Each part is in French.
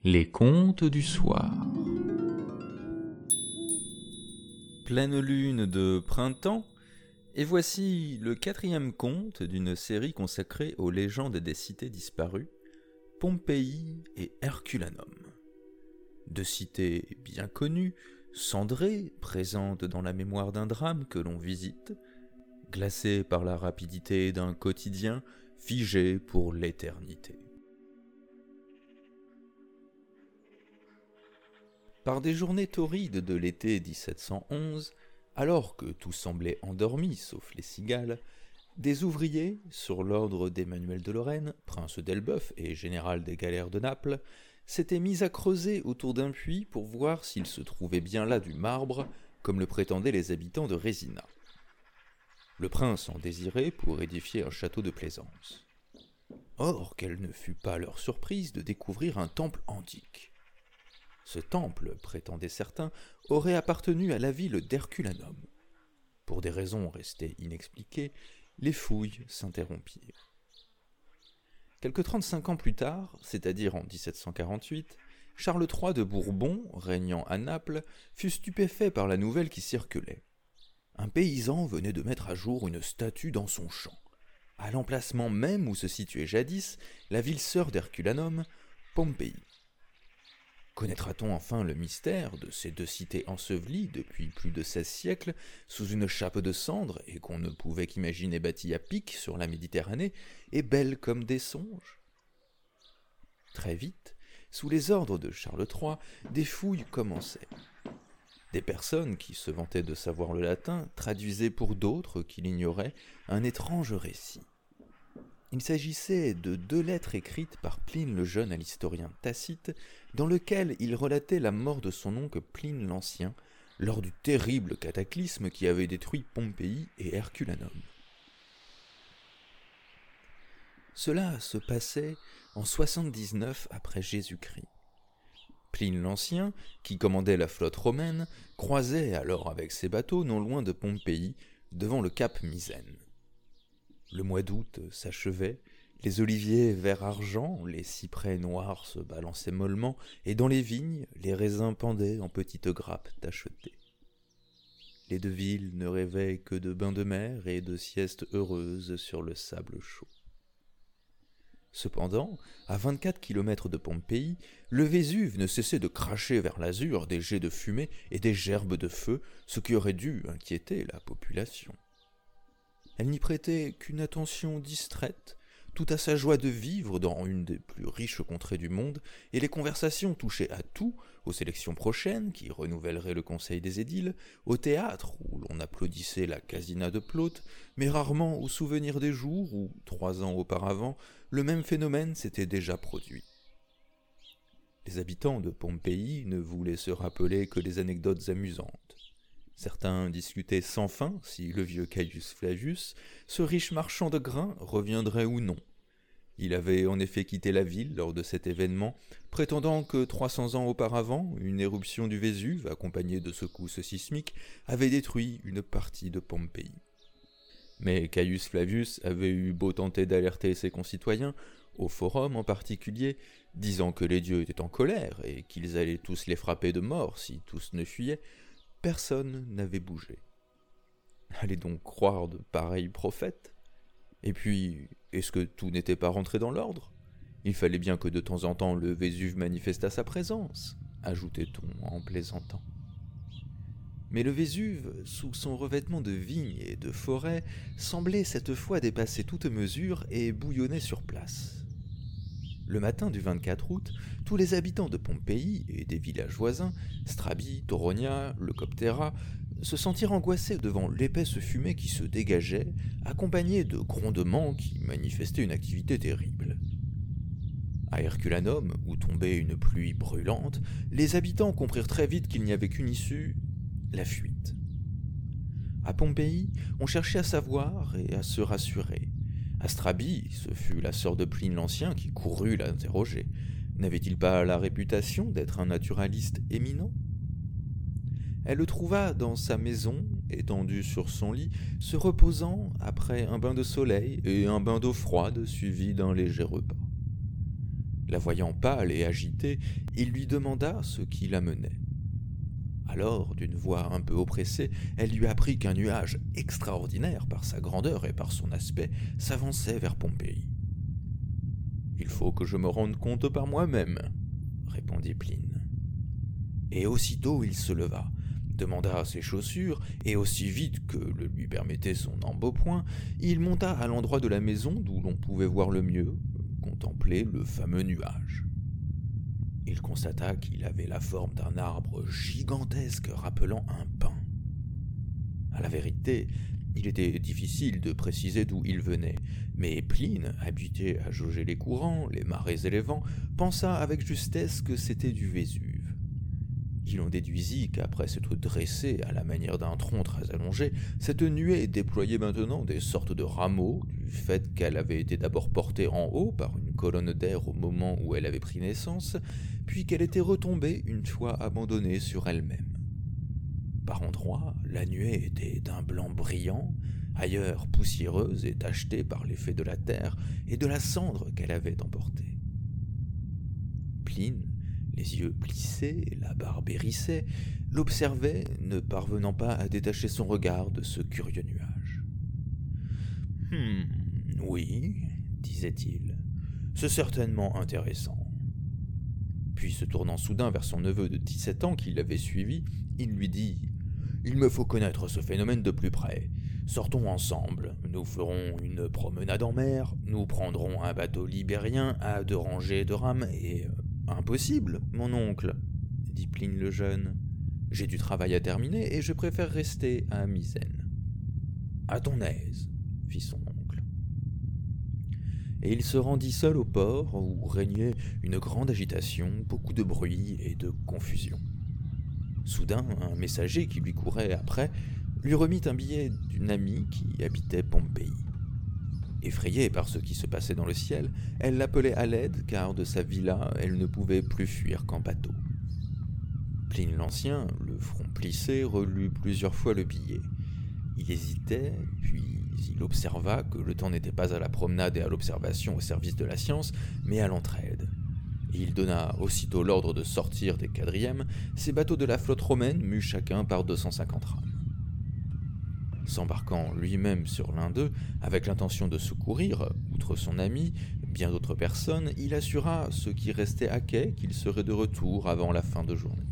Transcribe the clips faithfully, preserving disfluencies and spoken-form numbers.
Les contes du soir. Pleine lune de printemps, et voici le quatrième conte d'une série consacrée aux légendes des cités disparues, Pompéi et Herculanum. Deux cités bien connues, cendrées, présentes dans la mémoire d'un drame que l'on visite, glacées par la rapidité d'un quotidien figé pour l'éternité. Par des journées torrides de l'été dix-sept cent onze, alors que tout semblait endormi sauf les cigales, des ouvriers, sur l'ordre d'Emmanuel de Lorraine, prince d'Elbeuf et général des galères de Naples, s'étaient mis à creuser autour d'un puits pour voir s'il se trouvait bien là du marbre, comme le prétendaient les habitants de Résina. Le prince en désirait pour édifier un château de plaisance. Or, quelle ne fut pas leur surprise de découvrir un temple antique. Ce temple, prétendaient certains, aurait appartenu à la ville d'Herculanum. Pour des raisons restées inexpliquées, les fouilles s'interrompirent. Quelque trente-cinq ans plus tard, c'est-à-dire en dix-sept cent quarante-huit, Charles trois de Bourbon, régnant à Naples, fut stupéfait par la nouvelle qui circulait. Un paysan venait de mettre à jour une statue dans son champ, à l'emplacement même où se situait jadis la ville sœur d'Herculanum, Pompéi. Connaîtra-t-on enfin le mystère de ces deux cités ensevelies depuis plus de seize siècles sous une chape de cendres et qu'on ne pouvait qu'imaginer bâties à pic sur la Méditerranée et belles comme des songes? Très vite, sous les ordres de Charles trois, des fouilles commençaient. Des personnes qui se vantaient de savoir le latin traduisaient pour d'autres qui l'ignoraient un étrange récit. Il s'agissait de deux lettres écrites par Pline le Jeune à l'historien Tacite, dans lequel il relatait la mort de son oncle Pline l'Ancien, lors du terrible cataclysme qui avait détruit Pompéi et Herculanum. Cela se passait en soixante-dix-neuf après Jésus-Christ. Pline l'Ancien, qui commandait la flotte romaine, croisait alors avec ses bateaux non loin de Pompéi, devant le cap Misène. Le mois d'août s'achevait, les oliviers vert argent, les cyprès noirs se balançaient mollement, et dans les vignes, les raisins pendaient en petites grappes tachetées. Les deux villes ne rêvaient que de bains de mer et de siestes heureuses sur le sable chaud. Cependant, à vingt-quatre kilomètres de Pompéi, le Vésuve ne cessait de cracher vers l'azur des jets de fumée et des gerbes de feu, ce qui aurait dû inquiéter la population. Elle n'y prêtait qu'une attention distraite, tout à sa joie de vivre dans une des plus riches contrées du monde, et les conversations touchaient à tout, aux sélections prochaines qui renouvelleraient le conseil des édiles, au théâtre où l'on applaudissait la Casina de Plaute, mais rarement au souvenir des jours où, trois ans auparavant, le même phénomène s'était déjà produit. Les habitants de Pompéi ne voulaient se rappeler que les anecdotes amusantes. Certains discutaient sans fin si le vieux Caius Flavius, ce riche marchand de grains, reviendrait ou non. Il avait en effet quitté la ville lors de cet événement, prétendant que trois cents ans auparavant, une éruption du Vésuve, accompagnée de secousses sismiques, avait détruit une partie de Pompéi. Mais Caius Flavius avait eu beau tenter d'alerter ses concitoyens, au forum en particulier, disant que les dieux étaient en colère et qu'ils allaient tous les frapper de mort si tous ne fuyaient, personne n'avait bougé. Allez donc croire de pareils prophètes? Et puis, est-ce que tout n'était pas rentré dans l'ordre? Il fallait bien que de temps en temps le Vésuve manifestât sa présence, ajoutait-on en plaisantant. Mais le Vésuve, sous son revêtement de vignes et de forêts, semblait cette fois dépasser toute mesure et bouillonnait sur place. Le matin du vingt-quatre août, tous les habitants de Pompéi et des villages voisins, Strabi, Toronia, Lecoptera, se sentirent angoissés devant l'épaisse fumée qui se dégageait, accompagnée de grondements qui manifestaient une activité terrible. À Herculanum, où tombait une pluie brûlante, les habitants comprirent très vite qu'il n'y avait qu'une issue, la fuite. À Pompéi, on cherchait à savoir et à se rassurer. Astrabie, ce fut la sœur de Pline l'Ancien qui courut l'interroger. N'avait-il pas la réputation d'être un naturaliste éminent? Elle le trouva dans sa maison, étendu sur son lit, se reposant après un bain de soleil et un bain d'eau froide suivi d'un léger repas. La voyant pâle et agitée, il lui demanda ce qui l'amenait. Alors, d'une voix un peu oppressée, elle lui apprit qu'un nuage extraordinaire par sa grandeur et par son aspect s'avançait vers Pompéi. « Il faut que je me rende compte par moi-même, » répondit Pline. Et aussitôt il se leva, demanda ses chaussures, et aussi vite que le lui permettait son embonpoint, il monta à l'endroit de la maison d'où l'on pouvait voir le mieux, contempler le fameux nuage. Il constata qu'il avait la forme d'un arbre gigantesque rappelant un pin. À la vérité, il était difficile de préciser d'où il venait, mais Pline, habitué à jauger les courants, les marées et les vents, pensa avec justesse que c'était du Vésuve. Il en déduisit qu'après s'être dressé à la manière d'un tronc très allongé, cette nuée déployait maintenant des sortes de rameaux, du fait qu'elle avait été d'abord portée en haut par une colonne d'air au moment où elle avait pris naissance, puis qu'elle était retombée une fois abandonnée sur elle-même. Par endroits, la nuée était d'un blanc brillant, ailleurs poussiéreuse et tachetée par l'effet de la terre et de la cendre qu'elle avait emportée. Pline, les yeux plissés, la barbe hérissée, l'observait, ne parvenant pas à détacher son regard de ce curieux nuage. « Hum, oui, disait-il, c'est certainement intéressant. » Puis, se tournant soudain vers son neveu de dix-sept ans qui l'avait suivi, il lui dit « Il me faut connaître ce phénomène de plus près. Sortons ensemble, nous ferons une promenade en mer, nous prendrons un bateau libérien à deux rangées de rames et... Euh, impossible, mon oncle, dit Pline le jeune. J'ai du travail à terminer et je préfère rester à Misène. À ton aise, fit son oncle. Et il se rendit seul au port où régnait une grande agitation, beaucoup de bruit et de confusion. Soudain, un messager qui lui courait après lui remit un billet d'une amie qui habitait Pompéi. Effrayée par ce qui se passait dans le ciel, elle l'appelait à l'aide car de sa villa, elle ne pouvait plus fuir qu'en bateau. Pline l'Ancien, le front plissé, relut plusieurs fois le billet. Il hésitait, puis il observa que le temps n'était pas à la promenade et à l'observation au service de la science, mais à l'entraide. Et il donna aussitôt l'ordre de sortir des quadrièmes, ces bateaux de la flotte romaine mus chacun par deux cent cinquante rames. S'embarquant lui-même sur l'un d'eux, avec l'intention de secourir, outre son ami, bien d'autres personnes, il assura ceux qui restaient à quai qu'il serait de retour avant la fin de journée.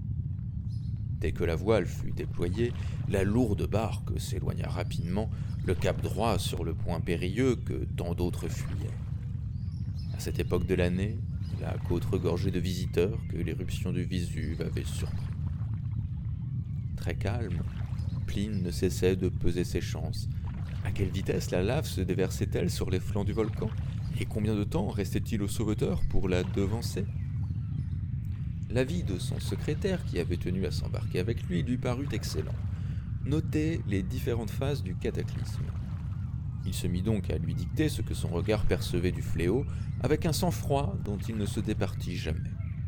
Dès que la voile fut déployée, la lourde barque s'éloigna rapidement, le cap droit sur le point périlleux que tant d'autres fuyaient. À cette époque de l'année, la côte regorgeait de visiteurs que l'éruption du Vésuve avait surpris. Très calme, Pline ne cessait de peser ses chances. À quelle vitesse la lave se déversait-elle sur les flancs du volcan? Et combien de temps restait-il au sauveteur pour la devancer? L'avis de son secrétaire, qui avait tenu à s'embarquer avec lui, lui parut excellent. Noter les différentes phases du cataclysme. Il se mit donc à lui dicter ce que son regard percevait du fléau, avec un sang-froid dont il ne se départit jamais.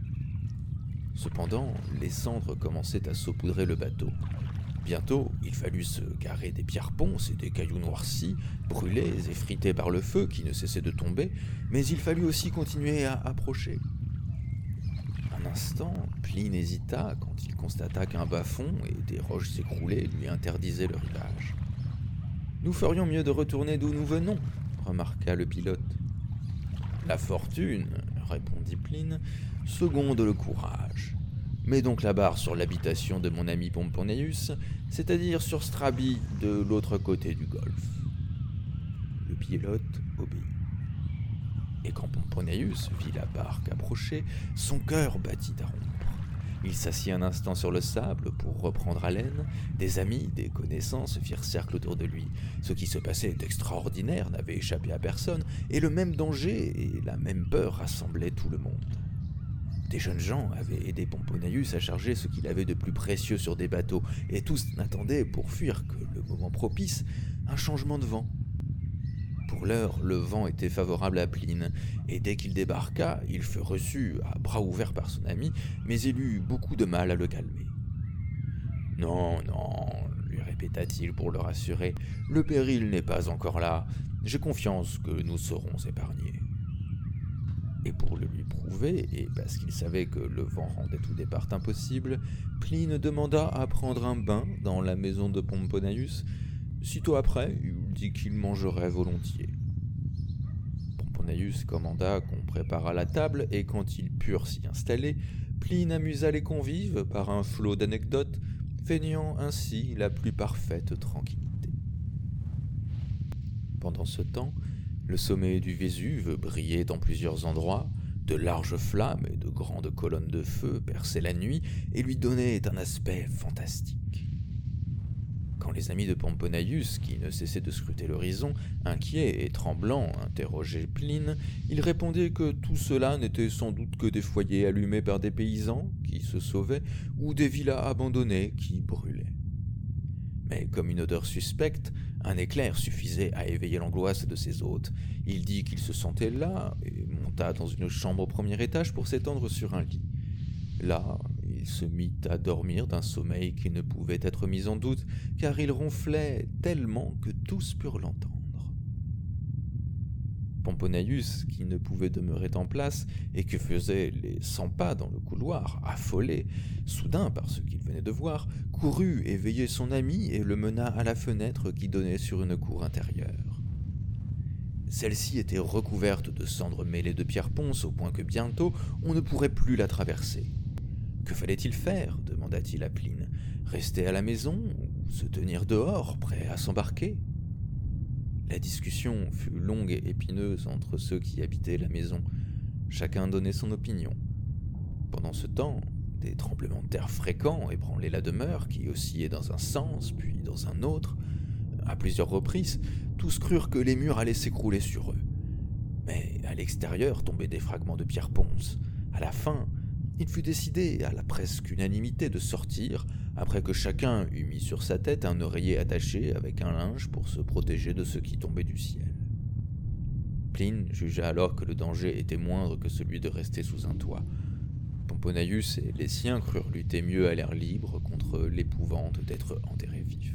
Cependant, les cendres commençaient à saupoudrer le bateau. Bientôt, il fallut se garer des pierres ponces et des cailloux noircis, brûlés, effrités par le feu qui ne cessait de tomber, mais il fallut aussi continuer à approcher. Un instant, Pline hésita quand il constata qu'un bas-fond et des roches s'écroulaient lui interdisaient le rivage. « Nous ferions mieux de retourner d'où nous venons, » remarqua le pilote. « La fortune, » répondit Pline, « seconde le courage. Mets donc la barre sur l'habitation de mon ami Pomponius, c'est-à-dire sur Strabi, de l'autre côté du golfe. » Le pilote obéit. Et quand Pomponius vit la barque approcher, son cœur battit à rompre. Il s'assit un instant sur le sable pour reprendre haleine. Des amis, des connaissances firent cercle autour de lui. Ce qui se passait d'extraordinaire n'avait échappé à personne, et le même danger et la même peur rassemblaient tout le monde. Des jeunes gens avaient aidé Pomponius à charger ce qu'il avait de plus précieux sur des bateaux, et tous n'attendaient, pour fuir que le moment propice, un changement de vent. Pour l'heure, le vent était favorable à Pline, et dès qu'il débarqua, il fut reçu à bras ouverts par son ami, mais il eut beaucoup de mal à le calmer. « Non, non, lui répéta-t-il pour le rassurer, le péril n'est pas encore là, j'ai confiance que nous serons épargnés. » Et pour le lui prouver, et parce qu'il savait que le vent rendait tout départ impossible, Pline demanda à prendre un bain dans la maison de Pomponius. Sitôt après, il dit qu'il mangerait volontiers. Pomponius commanda qu'on préparât la table, et quand ils purent s'y installer, Pline amusa les convives par un flot d'anecdotes, feignant ainsi la plus parfaite tranquillité. Pendant ce temps, le sommet du Vésuve brillait en plusieurs endroits, de larges flammes et de grandes colonnes de feu perçaient la nuit et lui donnaient un aspect fantastique. Quand les amis de Pomponius, qui ne cessaient de scruter l'horizon, inquiets et tremblants, interrogeaient Pline, il répondait que tout cela n'était sans doute que des foyers allumés par des paysans qui se sauvaient ou des villas abandonnées qui brûlaient. Mais comme une odeur suspecte, un éclair suffisait à éveiller l'angoisse de ses hôtes. Il dit qu'il se sentait là et monta dans une chambre au premier étage pour s'étendre sur un lit. Là, il se mit à dormir d'un sommeil qui ne pouvait être mis en doute, car il ronflait tellement que tous purent l'entendre. Pomponius, qui ne pouvait demeurer en place et que faisait les cent pas dans le couloir, affolé, soudain par ce qu'il venait de voir, courut éveiller son ami et le mena à la fenêtre qui donnait sur une cour intérieure. Celle-ci était recouverte de cendres mêlées de pierres ponces au point que bientôt on ne pourrait plus la traverser. Que fallait-il faire ? Demanda-t-il à Pline. Rester à la maison ou se tenir dehors, prêt à s'embarquer ? La discussion fut longue et épineuse entre ceux qui habitaient la maison. Chacun donnait son opinion. Pendant ce temps, des tremblements de terre fréquents ébranlaient la demeure, qui oscillait dans un sens, puis dans un autre. À plusieurs reprises, tous crurent que les murs allaient s'écrouler sur eux. Mais à l'extérieur tombaient des fragments de pierre ponce. À la fin, il fut décidé à la presque unanimité de sortir, après que chacun eut mis sur sa tête un oreiller attaché avec un linge pour se protéger de ce qui tombait du ciel. Pline jugea alors que le danger était moindre que celui de rester sous un toit. Pomponius et les siens crurent lutter mieux à l'air libre contre l'épouvante d'être enterrés vifs.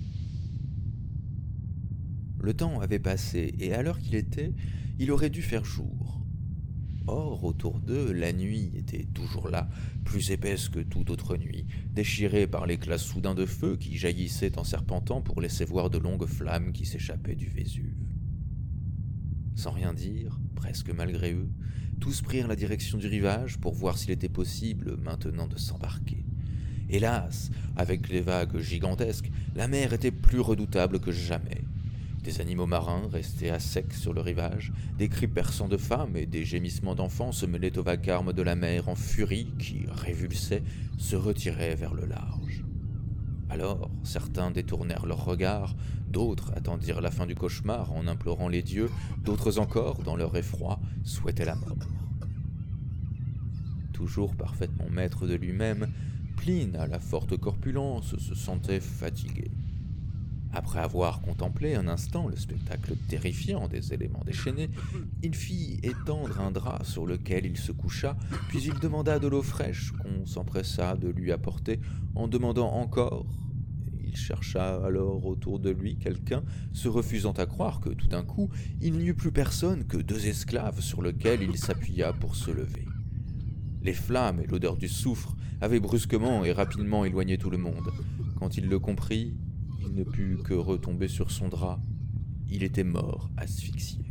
Le temps avait passé, et à l'heure qu'il était, il aurait dû faire jour. Or, autour d'eux, la nuit était toujours là, plus épaisse que toute autre nuit, déchirée par l'éclat soudain de feu qui jaillissait en serpentant pour laisser voir de longues flammes qui s'échappaient du Vésuve. Sans rien dire, presque malgré eux, tous prirent la direction du rivage pour voir s'il était possible maintenant de s'embarquer. Hélas, avec les vagues gigantesques, la mer était plus redoutable que jamais. Des animaux marins restaient à sec sur le rivage, des cris perçants de femmes et des gémissements d'enfants se mêlaient au vacarme de la mer en furie qui, révulsée, se retirait vers le large. Alors, certains détournèrent leurs regards, d'autres attendirent la fin du cauchemar en implorant les dieux, d'autres encore, dans leur effroi, souhaitaient la mort. Toujours parfaitement maître de lui-même, Pline, à la forte corpulence, se sentait fatigué. Après avoir contemplé un instant le spectacle terrifiant des éléments déchaînés, il fit étendre un drap sur lequel il se coucha, puis il demanda de l'eau fraîche qu'on s'empressa de lui apporter en demandant encore. Il chercha alors autour de lui quelqu'un, se refusant à croire que tout d'un coup, il n'y eut plus personne que deux esclaves sur lesquels il s'appuya pour se lever. Les flammes et l'odeur du soufre avaient brusquement et rapidement éloigné tout le monde. Quand il le comprit, il ne put que retomber sur son drap. Il était mort, asphyxié.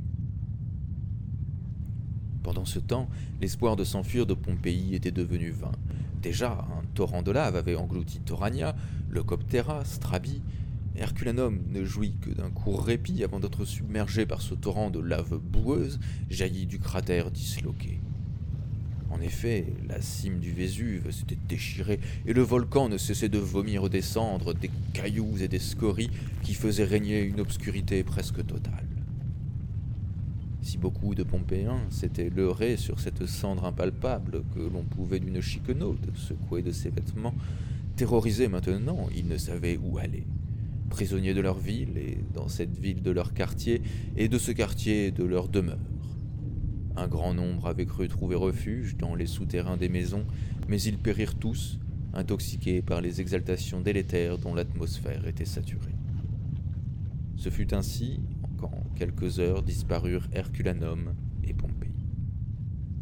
Pendant ce temps, l'espoir de s'enfuir de Pompéi était devenu vain. Déjà, un torrent de lave avait englouti Torania, Leucoptera, Strabi. Herculanum ne jouit que d'un court répit avant d'être submergé par ce torrent de lave boueuse jailli du cratère disloqué. En effet, la cime du Vésuve s'était déchirée et le volcan ne cessait de vomir des cendres, des cailloux et des scories qui faisaient régner une obscurité presque totale. Si beaucoup de Pompéens s'étaient leurrés sur cette cendre impalpable que l'on pouvait d'une chiquenaude secouer de ses vêtements, terrorisés maintenant, ils ne savaient où aller. Prisonniers de leur ville et dans cette ville de leur quartier et de ce quartier de leur demeure. Un grand nombre avait cru trouver refuge dans les souterrains des maisons, mais ils périrent tous, intoxiqués par les exaltations délétères dont l'atmosphère était saturée. Ce fut ainsi qu'en quelques heures disparurent Herculanum et Pompéi.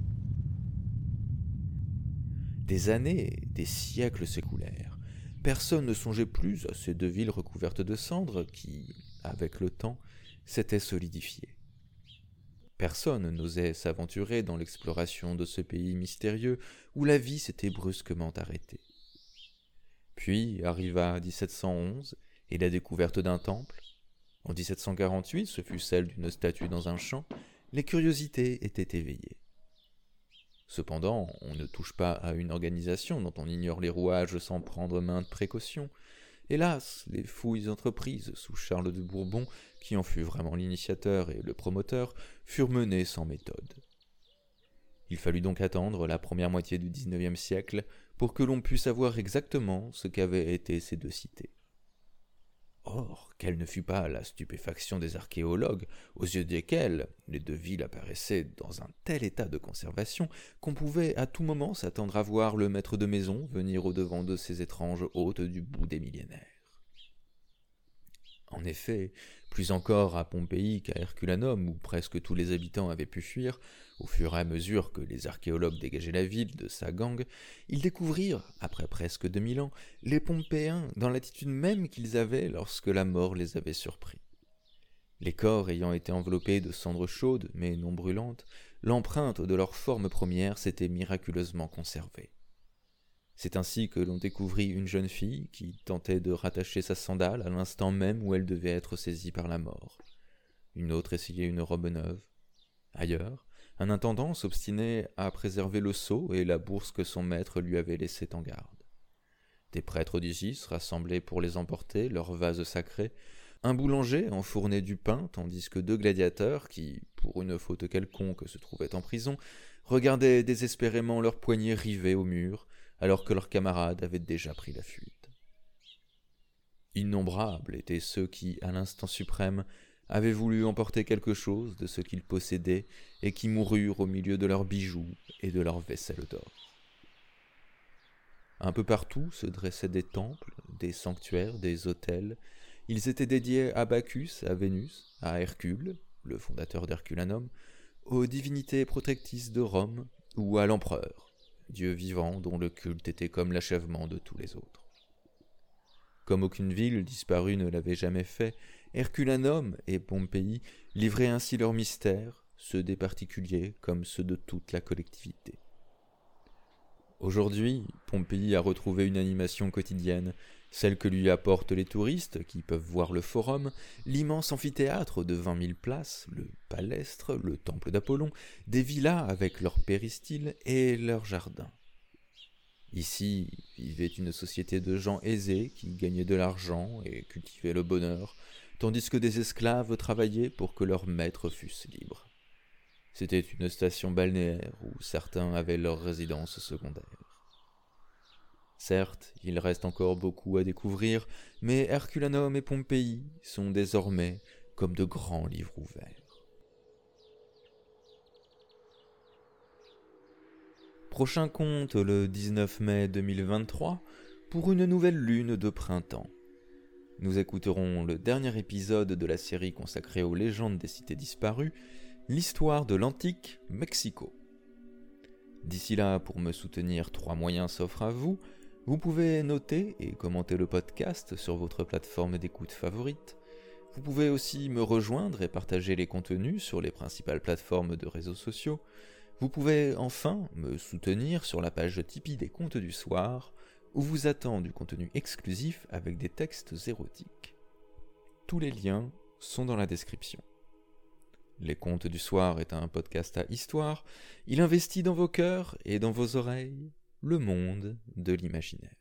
Des années, des siècles s'écoulèrent. Personne ne songeait plus à ces deux villes recouvertes de cendres qui, avec le temps, s'étaient solidifiées. Personne n'osait s'aventurer dans l'exploration de ce pays mystérieux où la vie s'était brusquement arrêtée. Puis arriva dix-sept cent onze et la découverte d'un temple. En dix-sept cent quarante-huit, ce fut celle d'une statue dans un champ. Les curiosités étaient éveillées. Cependant, on ne touche pas à une organisation dont on ignore les rouages sans prendre maintes précautions. Hélas, les fouilles entreprises sous Charles de Bourbon, qui en fut vraiment l'initiateur et le promoteur, furent menées sans méthode. Il fallut donc attendre la première moitié du dix-neuvième siècle pour que l'on pût savoir exactement ce qu'avaient été ces deux cités. Or, quelle ne fut pas la stupéfaction des archéologues, aux yeux desquels les deux villes apparaissaient dans un tel état de conservation qu'on pouvait à tout moment s'attendre à voir le maître de maison venir au-devant de ces étranges hôtes du bout des millénaires. En effet, plus encore à Pompéi qu'à Herculanum, où presque tous les habitants avaient pu fuir, au fur et à mesure que les archéologues dégageaient la ville de sa gangue, ils découvrirent, après presque deux mille ans, les Pompéens dans l'attitude même qu'ils avaient lorsque la mort les avait surpris. Les corps ayant été enveloppés de cendres chaudes, mais non brûlantes, l'empreinte de leur forme première s'était miraculeusement conservée. C'est ainsi que l'on découvrit une jeune fille qui tentait de rattacher sa sandale à l'instant même où elle devait être saisie par la mort. Une autre essayait une robe neuve. Ailleurs, un intendant s'obstinait à préserver le sceau et la bourse que son maître lui avait laissée en garde. Des prêtres d'Isis rassemblaient pour les emporter leurs vases sacrés. Un boulanger enfournait du pain, tandis que deux gladiateurs, qui, pour une faute quelconque, se trouvaient en prison, regardaient désespérément leurs poignets rivés au mur, alors que leurs camarades avaient déjà pris la fuite. Innombrables étaient ceux qui, à l'instant suprême, avaient voulu emporter quelque chose de ce qu'ils possédaient et qui moururent au milieu de leurs bijoux et de leurs vaisselles d'or. Un peu partout se dressaient des temples, des sanctuaires, des autels. Ils étaient dédiés à Bacchus, à Vénus, à Hercule, le fondateur d'Herculanum, aux divinités protectrices de Rome ou à l'empereur, Dieu vivant dont le culte était comme l'achèvement de tous les autres. Comme aucune ville disparue ne l'avait jamais fait, Herculanum et Pompéi livraient ainsi leurs mystères, ceux des particuliers comme ceux de toute la collectivité. Aujourd'hui, Pompéi a retrouvé une animation quotidienne, celle que lui apportent les touristes qui peuvent voir le forum, l'immense amphithéâtre de vingt mille places, le palestre, le temple d'Apollon, des villas avec leurs péristyles et leurs jardins. Ici vivait une société de gens aisés qui gagnaient de l'argent et cultivaient le bonheur, tandis que des esclaves travaillaient pour que leurs maîtres fussent libres. C'était une station balnéaire où certains avaient leur résidence secondaire. Certes, il reste encore beaucoup à découvrir, mais Herculanum et Pompéi sont désormais comme de grands livres ouverts. Prochain conte le dix-neuf mai deux mille vingt-trois pour une nouvelle lune de printemps. Nous écouterons le dernier épisode de la série consacrée aux légendes des cités disparues, l'histoire de l'antique Mexico. D'ici là, pour me soutenir, trois moyens s'offrent à vous. Vous pouvez noter et commenter le podcast sur votre plateforme d'écoute favorite. Vous pouvez aussi me rejoindre et partager les contenus sur les principales plateformes de réseaux sociaux. Vous pouvez enfin me soutenir sur la page Tipeee des Contes du Soir, où vous attend du contenu exclusif avec des textes érotiques. Tous les liens sont dans la description. Les Contes du Soir est un podcast à histoire. Il investit dans vos cœurs et dans vos oreilles le monde de l'imaginaire.